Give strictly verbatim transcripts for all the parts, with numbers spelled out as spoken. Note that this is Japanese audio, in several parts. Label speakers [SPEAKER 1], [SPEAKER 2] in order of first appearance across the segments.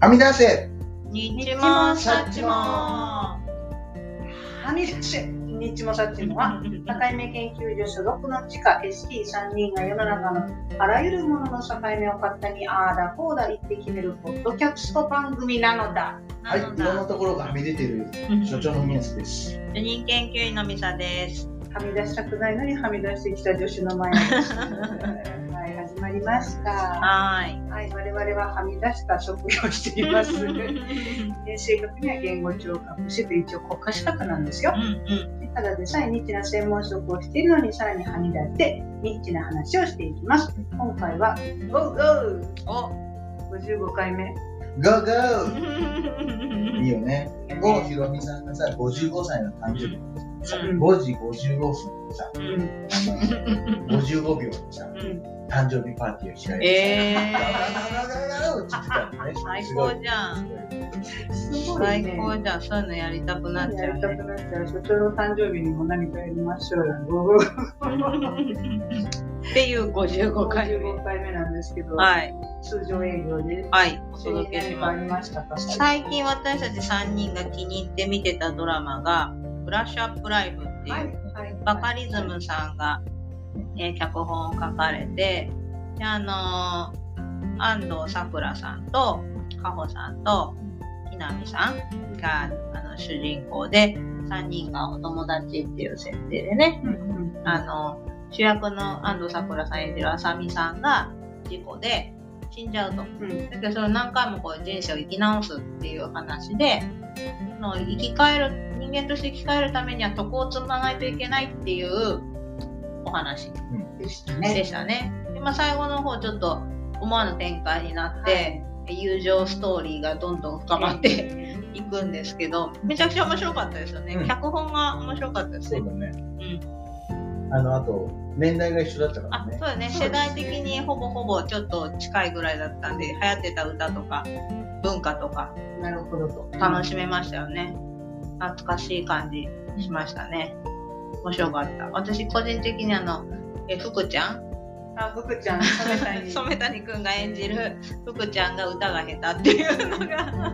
[SPEAKER 1] はみ出せ
[SPEAKER 2] にっちもさっちも
[SPEAKER 3] はみ出せにっちもさっちもは境目研究所所属の地下 エスティーさん 人が世の中のあらゆるものの境目を勝手にああだこうだ言って決めるポッドキャスト番組なのだ。
[SPEAKER 1] はい、いろんなところがはみ出ている所長のニュースです。
[SPEAKER 2] 主任研究員のみさです。
[SPEAKER 3] はみ出したくないのにはみ出してきた女子の前です。はい、始まりました。
[SPEAKER 2] はい。
[SPEAKER 3] はい、我々ははみ出した職業をしています。正確には言語聴覚士と一応国家資格なんですよ。うんうん、ただでさえニッチな専門職をしているのにさらにはみ出してニッチな話をしていきます。今回は ゴーゴー ごじゅうごかいめ。
[SPEAKER 1] ゴーゴーいいよね。郷ひろみさんがさ、ごじゅうごさいの誕生日。うん、ごじごじゅうごふんにさ、うん、ごじゅうごびょうにさ、うん、誕生日パーティーを開いてさ、えー、
[SPEAKER 2] 最高じゃん。すごいね、最高じゃん。そういうのやりたくなっちゃう、ね。
[SPEAKER 3] やりたくなっちゃう。所長の誕生日にも何かやりましょうよ。
[SPEAKER 2] っていうごじゅうごかいめ。
[SPEAKER 3] ごじゅうごかいめなんですけど、
[SPEAKER 2] はい、
[SPEAKER 3] 通常営業で、
[SPEAKER 2] はい、お届けします。
[SPEAKER 3] したか
[SPEAKER 2] 最近私たちさんにんが気に入って見てたドラマが、ブラッシュアップライフっていう、はいはい、バカリズムさんが、えー、脚本を書かれて、であのー、安藤サクラさんとカホさんと木南さんがあの主人公で、さんにんがお友達っていう設定でね、うんうん、あの主役の安藤サクラさん演じるあさみさんが事故で死んじゃうと、うん、だけどそれを何回もこう人生を生き直すっていう話で、の生き返る人間として生き返るためには徳を積まないといけないっていうお話でしたね。でしたね。で、まあ、最後の方ちょっと思わぬ展開になって、はい、友情ストーリーがどんどん深まっていくんですけど、めちゃくちゃ面白かったですよね。うん、脚本が面白かったですね。
[SPEAKER 1] そうだね。うん。あのあと年代が一緒だったからね。
[SPEAKER 2] あ、そうだね。世代的にほぼほぼちょっと近いぐらいだったんで、流行ってた歌とか文化とか、
[SPEAKER 3] なるほどと
[SPEAKER 2] 楽しめましたよね。懐かしい感じしましたね。面白かった。私個人的にあのえ福ちゃん、
[SPEAKER 3] あ福ちゃん染谷
[SPEAKER 2] 染谷くんが演じる福ちゃんが歌が下手っていうのが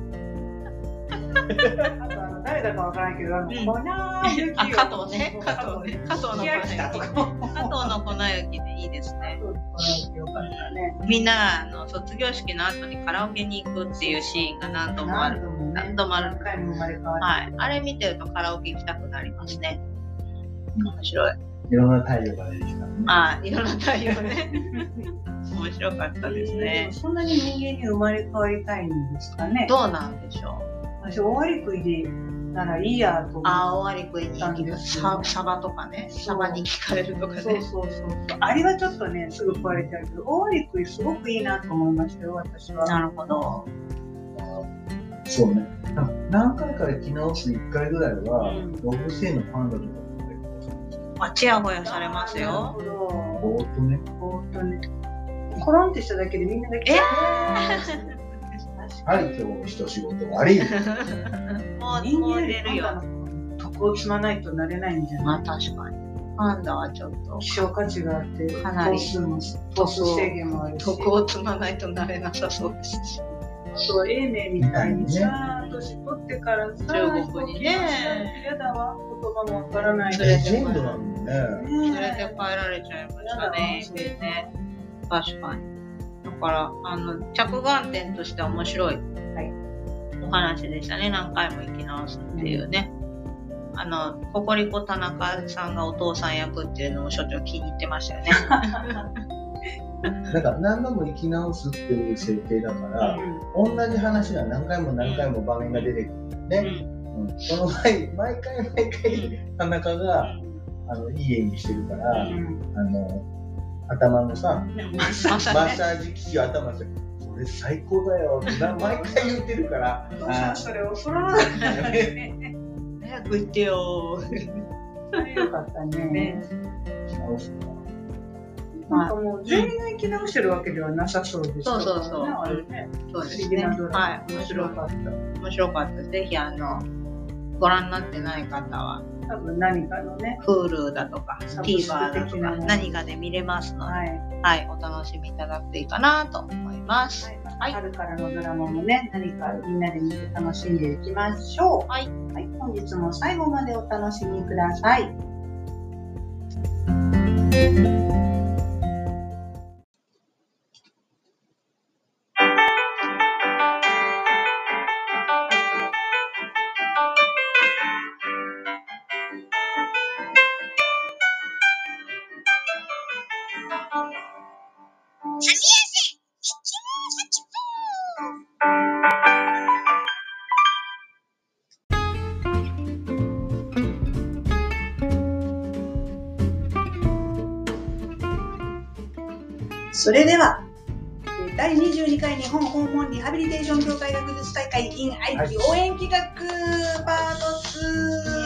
[SPEAKER 3] あとあの誰だかわからんけど、あの、うん、粉雪
[SPEAKER 2] あ加藤ね加藤ね加藤の粉雪加藤の粉雪でいいですね。
[SPEAKER 3] よかったね。
[SPEAKER 2] みんなあの卒業式の後にカラオケに行くっていうシーンが何度もある。何度もある。
[SPEAKER 3] 何回も生まれ変わる。
[SPEAKER 2] はい。あれ見てるとカラオケ行きたくなりますね。面白い。
[SPEAKER 1] いろんな太陽が出てきたね。
[SPEAKER 2] ああ、いろんな太陽ね。面白かったですね。
[SPEAKER 3] そんなに人間に生まれ変わりたいんですかね。
[SPEAKER 2] どうなんでしょ
[SPEAKER 3] う。私終わり食いでならいいやと思って。
[SPEAKER 2] ああ、終わり食いに行きます。サバとかね。サバに聞かれるとかね。
[SPEAKER 3] そうそうそうそう。あれはちょっとね、すぐ食われちゃうけど、終わり食いすごくいいなと思いましたよ、私は。
[SPEAKER 2] なるほど。
[SPEAKER 1] そうね。何回か生き直すいっかいぐらいは、うん、動物園のパンダとか
[SPEAKER 2] あ、ちやほやされますよ。
[SPEAKER 1] ぼーっとね。
[SPEAKER 3] ぼーっとね。コロンってしただけでみんなだけ。
[SPEAKER 2] え
[SPEAKER 1] ー、はい、今日一仕事悪い。
[SPEAKER 2] もう人間出るよ。
[SPEAKER 3] 徳を積まないとなれないんじゃない？
[SPEAKER 2] まあ確かに。パンダはちょっと
[SPEAKER 3] 希少価値があって
[SPEAKER 2] かなり
[SPEAKER 3] 頭数も頭数制限もあるし。
[SPEAKER 2] 徳を積まないとなれなさそうですし。
[SPEAKER 3] あと英明みたいにさ、年取ってからさ、
[SPEAKER 2] 中国にね、
[SPEAKER 3] 嫌だわ、言葉もわからない
[SPEAKER 1] で。レジェンドなんだね。
[SPEAKER 2] 連れて帰られちゃいましたね、ね。確かに。だからあの着眼点としては面白い、はい、お話でしたね。何回も生き直すっていうね。うん、あのココリコ田中さんがお父さん役っていうのも所長気に入ってましたよね。
[SPEAKER 1] なんか何度も生き直すっていう設定だから、うん、同じ話が何回も何回も場面が出てくるんだよね。うんうん、その毎毎回毎回田中が、うん、あのいい演技してるから、うん、あの頭のさ、うん、マッサージ機器を頭にしてこれ最高だよって毎回言ってるから
[SPEAKER 3] あそれ恐ろしいね。
[SPEAKER 2] 早く言ってよ
[SPEAKER 3] ー。よかったね。なんかもう全員が生き直してるわけではなさそうです。
[SPEAKER 2] そうそうそう。
[SPEAKER 3] あれね。
[SPEAKER 2] そうですね。はい。面白かった。面白かった。ぜひあのご覧になってない方は
[SPEAKER 3] 多分何かのね、
[SPEAKER 2] Hulu だとか TVer だとか何かで見れますので、はい、はい、お楽しみいただくといいかなと思います。はい。
[SPEAKER 3] はい、春からのドラマもね、何かみんなで見て楽しんでいきましょう。はい。はい、本日も最後までお楽しみください。それではだいにじゅうにかい日本訪問リハビリテーション協会学術大会 in 愛知応援企画パートツー、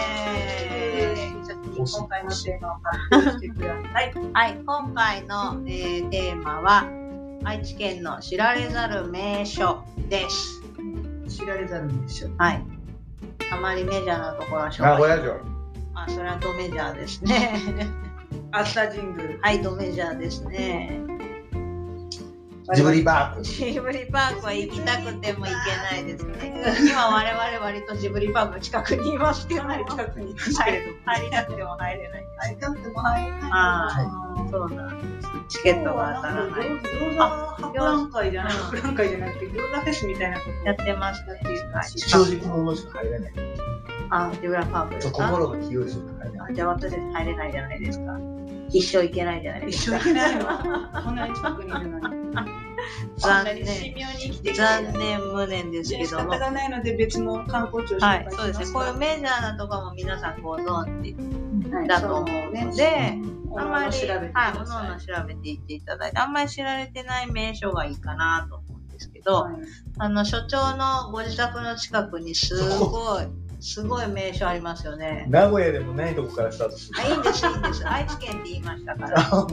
[SPEAKER 3] 今回のテーマを発表してください。
[SPEAKER 2] はい、今回の、えー、テーマは愛知県の知られざる名所です。
[SPEAKER 3] 知られざる名所。
[SPEAKER 2] はい。あまりメジャーなところは紹介。
[SPEAKER 1] 名古屋城。
[SPEAKER 2] あ、それはドメジャーですね。
[SPEAKER 3] 熱田神宮。
[SPEAKER 2] はい、ドメジャーですね。
[SPEAKER 1] ジブリパーク。
[SPEAKER 2] ジブリパークは行きたくても行けないですね。今我々割とジブリパークの近くにいますけど、
[SPEAKER 3] かなり近くにい
[SPEAKER 2] ますけれど、入りたくても入れない。
[SPEAKER 3] 入りたくても入れない。
[SPEAKER 2] ああ、そうなんです。チケットが当たらない。
[SPEAKER 3] 餃子博覧会じゃない、博覧会じゃなくて餃子フェスみたいなこと
[SPEAKER 2] やってますっていうか。
[SPEAKER 1] 正直者しか入れない。
[SPEAKER 2] あ、ジブリパークですか。
[SPEAKER 1] 心が清いしか入れない。
[SPEAKER 2] じゃあ私たち入れないじゃないですか。一生行けないじゃないですか。
[SPEAKER 3] 一生行けないの。こんなに近くにいるのに。
[SPEAKER 2] 残念、残念無念ですけども。
[SPEAKER 3] 仕方がないので別の観光地を紹
[SPEAKER 2] 介します。はい、そうですね。こういうメジャーなところも皆さんご存知だと思うので、あんまり、はい、おのおの調べていっていただいて、あんまり知られてない名所がいいかなと思うんですけど、あの所長のご自宅の近くにすごい。すごい名所ありますよね。
[SPEAKER 1] 名古屋でもないとこからスタートする。
[SPEAKER 2] あ、いいんです、いいんです。愛知県って言いましたから。はい。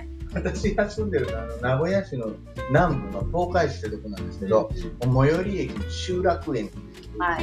[SPEAKER 1] 私が住んでるのはあの名古屋市の南部の東海市ってとこなんですけど、うん、最寄り駅の集落園っていうのがあって、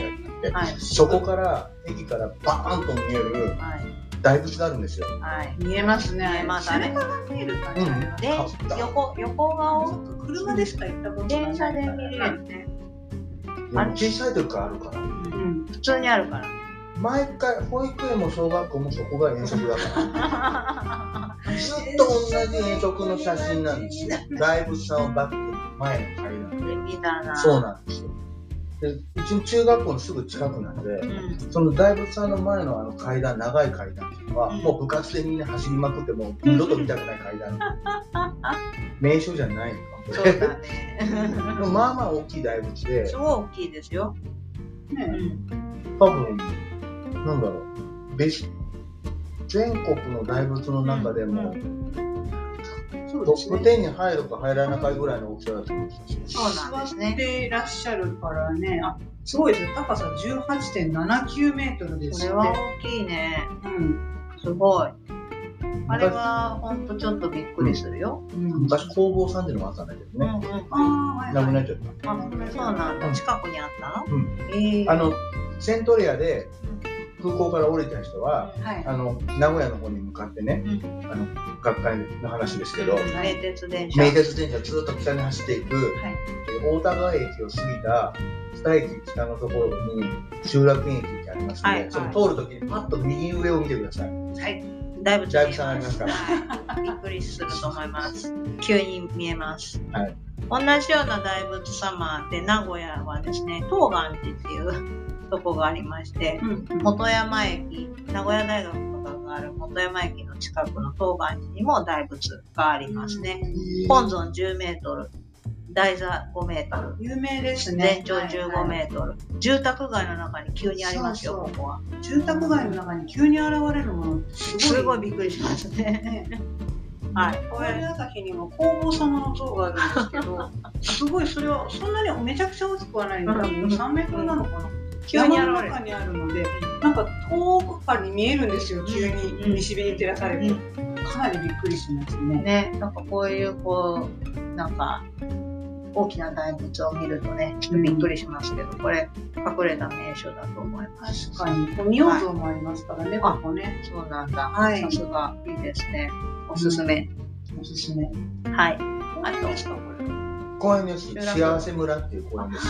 [SPEAKER 1] はいはい、そこから駅からバーンと見える大仏があるんですよ。
[SPEAKER 2] はい、
[SPEAKER 3] 見えますね。
[SPEAKER 2] 見えますね。
[SPEAKER 3] あれから見える感じ、うん、
[SPEAKER 2] で、横横顔
[SPEAKER 3] 車でしか行ったことない。
[SPEAKER 2] 電車で見れるね。
[SPEAKER 1] あれ小さい時からあるから。
[SPEAKER 2] うん、普通にあるから。
[SPEAKER 1] 毎回保育園も小学校もそこが遠足だから。ずっと同じ遠足の写真なんですよ。大仏さんをバックに前の階段で。
[SPEAKER 2] 見たな。
[SPEAKER 1] そうなんですよ。で、うちの中学校のすぐ近くなんで、うん、その大仏さんの前のあの階段、長い階段っていうのは、うん、もう部活でみんな走りまくっても二度と見たくない階段。名所じゃないのかも。
[SPEAKER 2] そうだね。
[SPEAKER 1] まあまあ大きい大仏で。
[SPEAKER 2] すごい大きいですよ。
[SPEAKER 3] ね、うん、
[SPEAKER 1] 多分なんだろう、ベス全国の大仏の中でも、うん、トップじゅうに入るか入らなかぐらいの大きさだと思うんですよ。
[SPEAKER 2] そうなんですね。
[SPEAKER 3] 座っていらっしゃるからね、あ、すごいですね。高さ じゅうはちてんななきゅうメートルですね。
[SPEAKER 2] これは大きいね。うん、すごい。あれは本当ちょっとびっくりするよ。
[SPEAKER 1] うん、昔工房さんっていうのがあったんだけどね。うんうん、ああ、なくなっちゃった。
[SPEAKER 2] あ、そうなんだ。近くにあったの？
[SPEAKER 1] うん。えー、あのセントレアで空港から降りた人は、うん、はい、あの名古屋の方に向かってね、うん、あの学会の話ですけど、
[SPEAKER 2] 名鉄電車、
[SPEAKER 1] 名鉄電車ずっと北に走っていく、はい、大田川駅を過ぎた北駅北のところに集落園駅ってありますので、はい、その通るときにパッと右上を見てください。
[SPEAKER 2] はい。だいぶ
[SPEAKER 1] だいぶ差がありますから、
[SPEAKER 2] はい、びっくりすると思います。急に見えます。
[SPEAKER 1] はい。
[SPEAKER 2] 同じような大仏様で名古屋はですね、東岸寺っていうとこがありまして、うんうん、本山駅、名古屋大学とかがある本山駅の近くの東岸寺にも大仏がありますね。本尊じゅうメートル。台座ごメートル、
[SPEAKER 3] 有名ですね。
[SPEAKER 2] 全長じゅうごメートル、はいはい、住宅街の中に急にありますよ。そうそう、ここは
[SPEAKER 3] 住宅街の中に急に現れるものってすごい、
[SPEAKER 2] すごいびっくりしますね。はい。
[SPEAKER 3] これ朝日にも皇后様の像があるんですけど、すごいそれはそんなにめちゃくちゃ大きくはないので、うん、さんメートルなのかな。急に山の中にあるので、なんか遠くからに見えるんですよ。急に西日に照らされて、うん、かなりびっくりしますね。
[SPEAKER 2] ね、なんかこういうこうなんか。大きな大仏を見るとね、ちょっとびっくりしますけど、うん、これ隠れた名所だと思います。
[SPEAKER 3] 確かに、仁王像もありますからね、はい、ここね。
[SPEAKER 2] そうなんだ。はい。さすがいいですね。おすすめ。
[SPEAKER 3] うん、おすすめ。
[SPEAKER 2] はい。
[SPEAKER 3] あとですかこれ。
[SPEAKER 1] 公園です。幸せ村っていう公園です。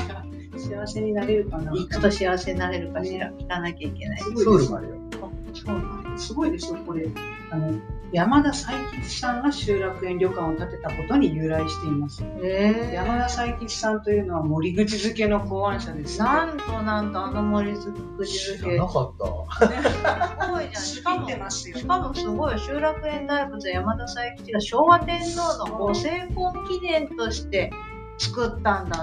[SPEAKER 3] 幸せになれるかな。
[SPEAKER 2] 行くと幸せになれるかしら。行かなきゃいけない。
[SPEAKER 1] プールもあるよ。
[SPEAKER 3] そうなんすごいですよこれ。あの山田才吉さんが集落園旅館を建てたことに由来しています。えー、山田才吉さんというのは森口漬けの考案者です、ね。
[SPEAKER 2] なんとなんとあの森口漬け。
[SPEAKER 1] なかった。
[SPEAKER 2] ね、すごいじゃん。しかもしかもすごい集落園大仏山田才吉が昭和天皇のご成婚記念として作ったんだって。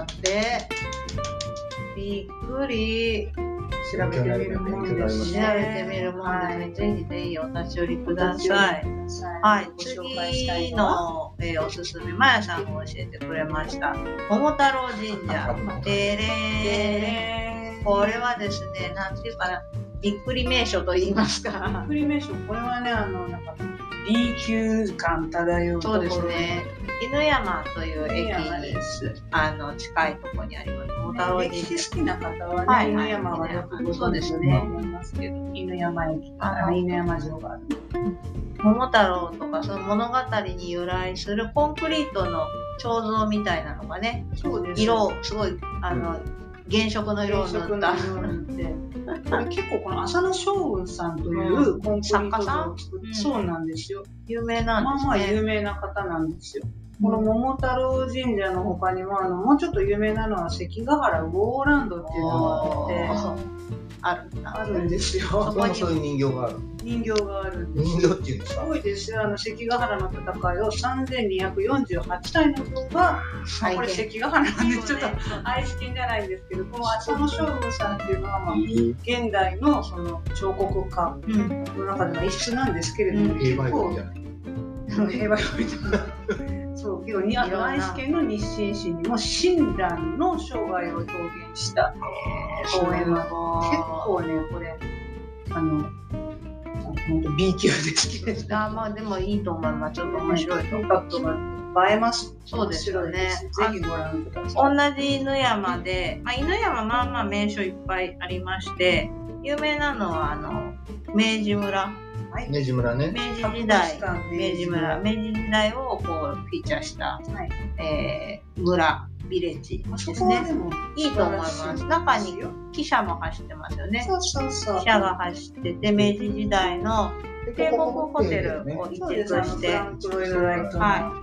[SPEAKER 2] びっくり。
[SPEAKER 3] 調べてみるもんですね。
[SPEAKER 2] 調べてみるもんですね。ぜひぜひお立ち寄りください。はい。次の、えー、おすすめ、まやさんが教えてくれました。桃太郎神社。てれー。これはですね、なんていうかな、びっくり名所と言いますか。
[SPEAKER 3] びっくり名所、これはね、あの、なんか、B 級感漂うところ。
[SPEAKER 2] そうですね。犬山という駅にあの近いところにあります。桃太郎神社。
[SPEAKER 3] 歴史好きな方はね、はい、犬山はよくご存知だと思いますけど、犬山駅から犬山城がある。
[SPEAKER 2] 桃太郎とかその物語に由来するコンクリートの彫像みたいなのがね、そうです色すごいあの、うん原色の色を塗った。
[SPEAKER 3] これ結構この浅野将軍さんというコンクリート像を作って、そうなんですよ。
[SPEAKER 2] 有名なんですね。
[SPEAKER 3] まあまあ有名な方なんですよ。この桃太郎神社の他にもあのもうちょっと有名なのは関ヶ原ウォーランドっていうのがあって。
[SPEAKER 2] あるんだ。
[SPEAKER 3] あるんですよ。
[SPEAKER 1] そこにそういう人形がある。
[SPEAKER 3] 人形があるんです。
[SPEAKER 1] 人形っていうんですか。
[SPEAKER 3] すごいですよ。あの関ヶ原の戦いをさんぜんにひゃくよんじゅうはちたいの分が、はい、これ関ヶ原なんでちょっと愛知県じゃないんですけど、この浅野将軍さんっていうのはまあ現代のその彫刻家の中では一種なんですけれども、
[SPEAKER 1] 平和よりじゃない。
[SPEAKER 3] 平和よりじゃない。そうけどに愛知県の日清市にも親鸞の生涯を表現した公園は結構ねこれあの本当 B 級ですけれど。
[SPEAKER 2] あまあでもいいと思います。ちょっと面白いと。
[SPEAKER 3] インパクトが映えます。
[SPEAKER 2] そうですよね。
[SPEAKER 3] ぜひご覧くださ
[SPEAKER 2] い。同じ犬山で、まあ、犬山まあまあ名所いっぱいありまして、有名なのはあの明治村。
[SPEAKER 1] はい、明治村ね。
[SPEAKER 2] 明治時代、明治村、明治時代をこうフィーチャーした、はいえー、村、ビレッジですね。いいと思います。中に汽車も走ってますよね。
[SPEAKER 3] そうそうそう。
[SPEAKER 2] 汽車が走ってて、明治時代の帝国ホテルを一部して、はい、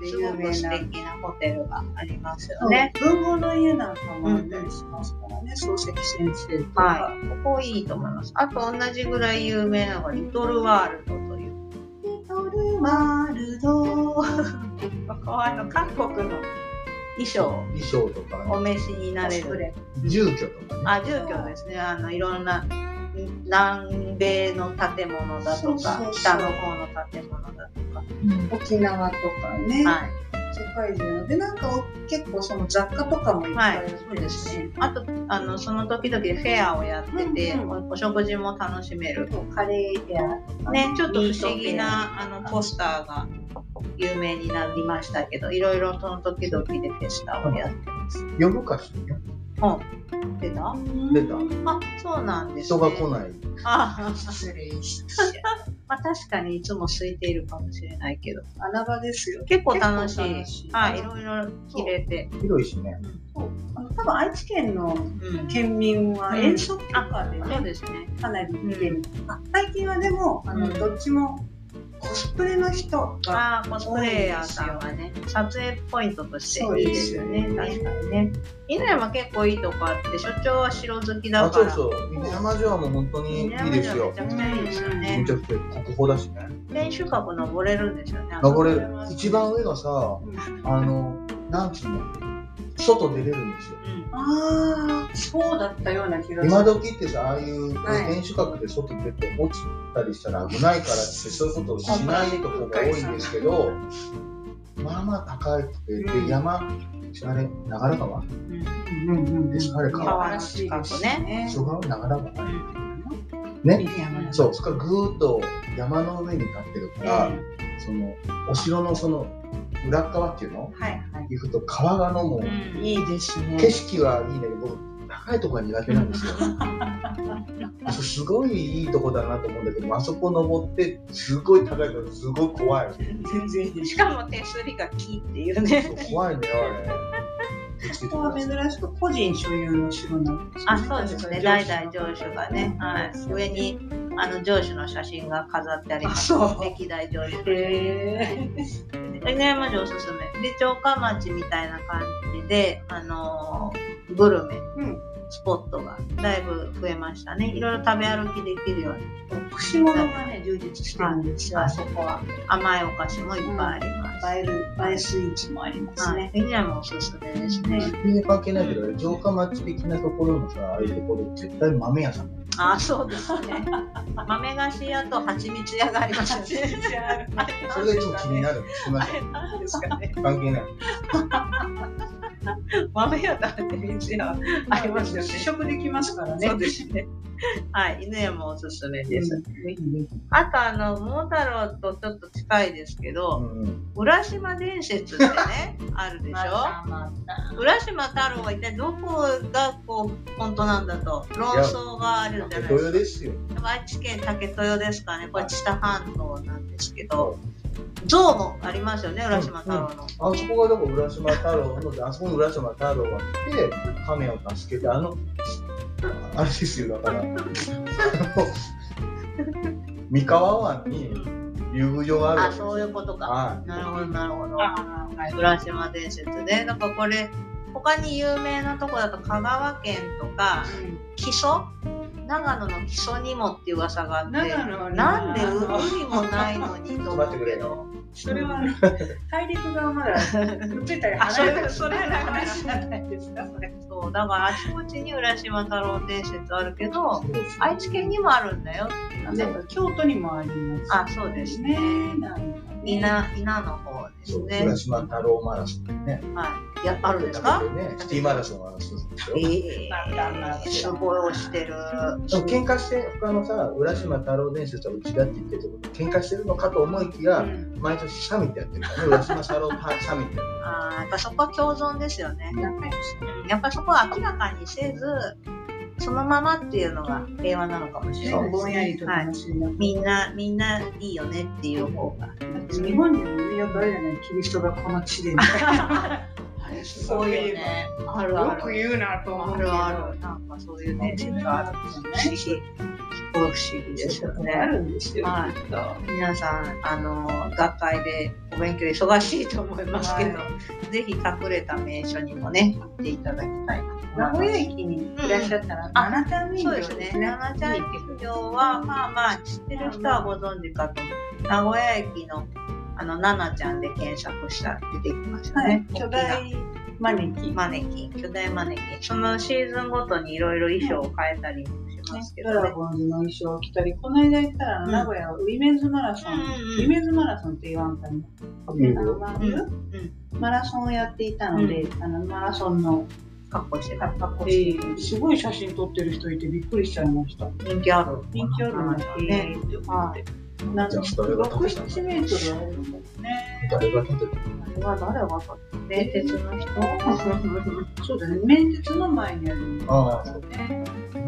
[SPEAKER 2] 有名な素敵なホテルがありますよね。
[SPEAKER 3] 文豪の家なんかもあったりしますからね、漱石先生とか。
[SPEAKER 2] はい、ここいいと思います。あと同じぐらい有名なのがリトルワールドという。リトルワールド。ここはあの韓国の衣装、
[SPEAKER 1] 衣装とか、
[SPEAKER 2] お召しになれる
[SPEAKER 1] 住居とかね。
[SPEAKER 2] あ、住居ですね。あのいろんな南米の建物だとか、北の方の建物だとか、
[SPEAKER 3] うん、沖縄とかね。
[SPEAKER 2] はい。
[SPEAKER 3] 世界中でなんか結構その雑貨とかもいっぱいある、はい、
[SPEAKER 2] そうですね。あとあのその時々フェアをやってて、うんうん、お, お食事も楽しめる。
[SPEAKER 3] カレーフェア
[SPEAKER 2] ね、ちょっと不思議なあのポスターが有名になりましたけど、いろいろその時々でフェスタをやってます。
[SPEAKER 1] 夜更かしね。
[SPEAKER 2] うん。出た？
[SPEAKER 1] 出た。
[SPEAKER 2] あ、そうなんですね。
[SPEAKER 1] 人が来ない。
[SPEAKER 3] あ、失礼しました。
[SPEAKER 2] まあ確かにいつも空いているかもしれないけど、
[SPEAKER 3] 穴場ですよ。
[SPEAKER 2] 結構楽しい。しいはい、いろいろ入れて。
[SPEAKER 1] 広いしね。
[SPEAKER 3] そう。あの多分愛知県の県民は遠足とかでね、
[SPEAKER 2] うん、そうですね。
[SPEAKER 3] かなり見てる。うん、あ最近はでもあの、うん、どっちも。コスプレの人が
[SPEAKER 2] あコスプレイヤーさんはね撮影ポイントとしていいですよね。確かにね。犬山結構いいとこあって所長は城好きだから。
[SPEAKER 1] あそうそう犬山城はもう本当にいいですよ。
[SPEAKER 2] めちゃくちゃいいですよね。
[SPEAKER 1] めちゃくちゃ国宝だしね。
[SPEAKER 2] 天守閣登れるんですよね。
[SPEAKER 1] 登れる。一番上がさ、うん、あのなんつうの外出れるんですよ。
[SPEAKER 3] うん、ああそうだったような気がする。
[SPEAKER 1] 今時ってさああいう天守閣で外出て落ちたりしたら危ないからってそういうことをしないところが多いんですけど、まあまあ高いくて、うん、で山あれ長良川、うんうんうん、ですあれ川
[SPEAKER 2] らしいですね。
[SPEAKER 1] そう川長良川、うん、ね、そうそこからぐーっと山の上に立ってるから、うん、そのお城のその裏側っていうの、はいはい、行くと川がのもう、
[SPEAKER 3] うん、いいですね。
[SPEAKER 1] 景色はいいんだけど高いところが苦手なんですよ。すごいいいとこだなと思うんだけど、あそこ登ってすごい高いからすごい怖い。
[SPEAKER 3] 全然いい。
[SPEAKER 2] しかも手すりが木っていうね。
[SPEAKER 1] 怖いねあれ。
[SPEAKER 3] ここは珍しく個人所有の城なんです、ね。
[SPEAKER 2] あ、そうですね。代々城主がね、はい、上にあの城主の写真が飾ってあります。歴代城主。へー。犬山城おすすめ。で、城下町みたいな感じで、あのー、グルメ、うん、スポットがだいぶ増えましたね。いろいろ食べ歩きできるように。
[SPEAKER 3] 串物がね、充実してるんですよ。
[SPEAKER 2] あそこは甘いお菓子もいっぱいあります。
[SPEAKER 3] 映える、映えスイーツもありますね。
[SPEAKER 2] 犬山もおすすめですね。
[SPEAKER 1] 全然関係ないけど、城下町的なところのさ、ああいうところ絶対豆屋さん。
[SPEAKER 2] あ、そうですね。豆菓子屋と蜂蜜屋があります。
[SPEAKER 1] それがいつも気になるんです。すみません。
[SPEAKER 3] 何ですかね。
[SPEAKER 1] 関係ない。
[SPEAKER 2] 豆屋と蜂蜜屋ありますよね。
[SPEAKER 3] 試食できますからね。
[SPEAKER 2] そうですね。はい、犬山もおすすめです。あとあの桃太郎とちょっと近いですけど、浦島伝説ってねあるでしょ。浦島太郎は一体どこがこう本当なんだと論争があるんじゃないですか。愛知県竹豊ですかね。これ知多半島なんですけど。像もありますよね、浦島太郎の。
[SPEAKER 1] うんうん、あそこがどこ浦島太郎の、あそこに浦島太郎が来て、亀を助けて、あの、あれですよ、だから、三河湾に遊具場がある。
[SPEAKER 2] あ、そういうことか。はい、なるほど、なるほど。はい、浦島伝説で、なんかこれ、他に有名なとこだと香川県とか、木曽長野の木曽にもっていう噂があって、なんで海もないのにと思うけど、
[SPEAKER 3] それは大陸がまだくっついたり離れたりそれは話じゃないですか。それ
[SPEAKER 2] そうだからあちこちに浦島太郎伝説あるけど、愛知県にもあるんだよっていう。
[SPEAKER 3] 京都にもあります。
[SPEAKER 2] あ、そうですね。伊那伊那の方ですね。
[SPEAKER 1] 浦島太郎マラソンね。
[SPEAKER 2] はい。やあるんですか？
[SPEAKER 1] シティマラソンはそうですよ。
[SPEAKER 2] ええ、すごい推してる。
[SPEAKER 1] でも喧嘩して他のさ浦島太郎伝説はうちだって言ってるとこ喧嘩してるのかと思いきや、毎年サミットやってるからね。浦島太郎サミット。
[SPEAKER 2] ああ、やっぱそこは共存ですよね。やっぱそこは明らかにせず。そのままっていうのが平和なのかもしれないですね。ぼんやりと楽しいな。みんなみんないいよねっていう方が。
[SPEAKER 3] 日本にもね、やっぱあれじゃない、キリストがこの地でみたいな。
[SPEAKER 2] そういうね、あるある。
[SPEAKER 3] よく言うなと思う。
[SPEAKER 2] あるある。なんかそういう伝説があるんですね。すごい不思議ですよね。
[SPEAKER 3] あるんですよ。
[SPEAKER 2] はい。皆さんあの学会でお勉強忙しいと思いますけど、ぜひ隠れた名所にもね行っていただきたい。
[SPEAKER 3] 名古屋駅にいらっしゃったら、七ちゃん人形
[SPEAKER 2] ですね。七ちゃん人形はまあまあ知ってる人はご存知かと。名古屋駅のあのナナちゃんで検索したら出てきましたね。
[SPEAKER 3] 巨大マネキン、
[SPEAKER 2] マネキン、巨大マネキン。そのシーズンごとにいろいろ衣装を変えたりしますけどね。
[SPEAKER 3] ドラゴンズの衣装を着たり、この間行ったら名古屋はウィメンズマラソン、ウィメンズマラソンって言わんかね。マラソンをやっていたので、あのマラソンの
[SPEAKER 2] 格好してた。
[SPEAKER 3] 格好してた。すごい写真撮ってる人いてびっくりしちゃいました。
[SPEAKER 2] 人気ある。
[SPEAKER 3] 人気あるんだね。なんかろく、ななメートルあるんだよね。
[SPEAKER 1] 誰が撮ってる？
[SPEAKER 2] あれは誰が撮ってる？名鉄の人？
[SPEAKER 3] そうだね。名鉄の前にある。
[SPEAKER 1] ああ、そうね。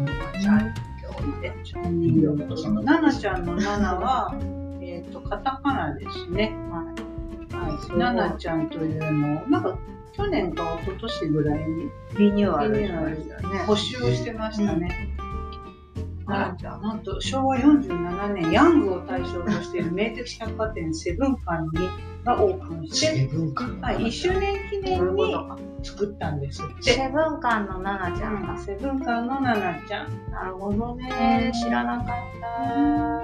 [SPEAKER 3] ナナちゃんのナナはえっとカタカナですね。はい。ナナちゃんというのをなんか去年か一昨年ぐらいに
[SPEAKER 2] リニューアルしましたね。
[SPEAKER 3] 募集をしてましたね。なんと昭和よんじゅうななねんヤングを対象としている名鉄百貨店セブン館にがオープンしてはい、いっしゅうねん記念に作ったんですって。
[SPEAKER 2] セブン館のナナちゃんが、
[SPEAKER 3] うん、セブン館のナナちゃん。
[SPEAKER 2] なるほどね、知らなかった。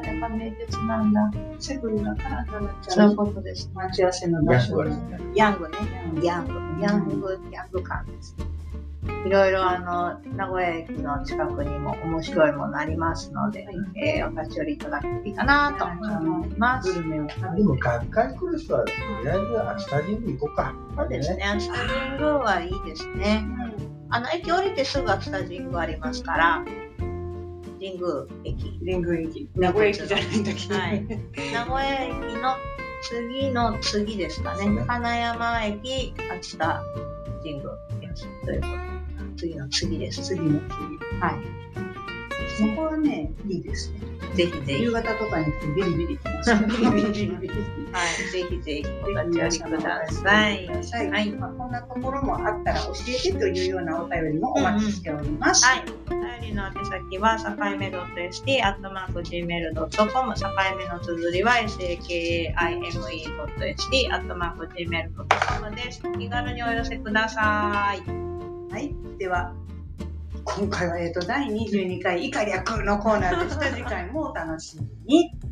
[SPEAKER 2] やっぱ名鉄なんだ。
[SPEAKER 3] セブンだからナナちゃん。
[SPEAKER 2] そういうことです。
[SPEAKER 3] 待ち合わせの場所です。
[SPEAKER 2] ヤングね、ヤング、ヤング、ヤング館です。いろいろあの名古屋駅の近くにも面白いものありますので、はい、えー、お立ち寄りいただけるといいかなと思います。
[SPEAKER 3] グルメを
[SPEAKER 1] でも学会来る人はとりあえず秋田神宮行こうか。
[SPEAKER 2] そうですね。秋田神宮はいいですね。うん、あの駅降りてすぐ秋田神宮ありますから。神宮駅。
[SPEAKER 3] 神宮駅。名古屋駅じゃないんだけど。はい。
[SPEAKER 2] 名古屋駅の次の次ですかね。ね、金山駅秋田神宮です。ということで。 次の次です。
[SPEAKER 3] 次の次。はい。そこはね、いいですね。
[SPEAKER 2] ぜひぜひ。
[SPEAKER 3] 夕方とかに来てビリビリきます。ビリビリビリビリ。
[SPEAKER 2] はい、ぜひぜひお立ち寄りください。
[SPEAKER 3] はい。まあこんなところもあったら教えてというようなお便りもお待ちしております。
[SPEAKER 2] はい。お便りの宛先はさかいめ .st アットマーク ジーメール ドットコム さかいめの綴りは sakaime.st アットマーク ジーメール ドットコム です。お気軽にお寄せください。
[SPEAKER 3] はい。では。今回は、えーと、だいにじゅうにかい以下略のコーナーでした。次回もお楽しみに。